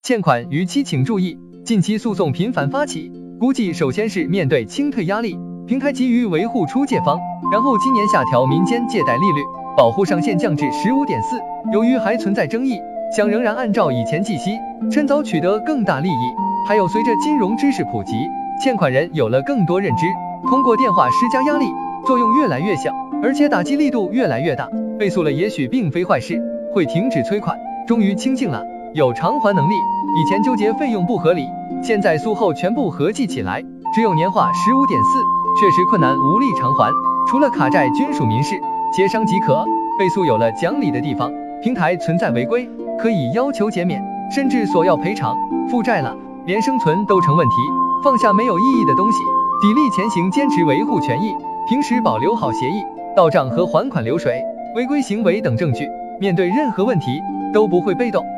欠款逾期请注意，近期诉讼频繁发起，估计首先是面对清退压力，平台急于维护出借方，然后今年下调民间借贷利率，保护上限降至 15.4%， 由于还存在争议，想仍然按照以前计息，趁早取得更大利益。还有随着金融知识普及，欠款人有了更多认知，通过电话施加压力，作用越来越小，而且打击力度越来越大，被诉了也许并非坏事，会停止催款，终于清静了，有偿还能力，以前纠结费用不合理，现在诉后全部合计起来，只有年化 15.4%， 确实困难无力偿还，除了卡债均属民事，协商即可。被诉有了讲理的地方，平台存在违规，可以要求减免，甚至索要赔偿。负债了，连生存都成问题，放下没有意义的东西，砥砺前行，坚持维护权益，平时保留好协议、到账和还款流水、违规行为等证据，面对任何问题都不会被动，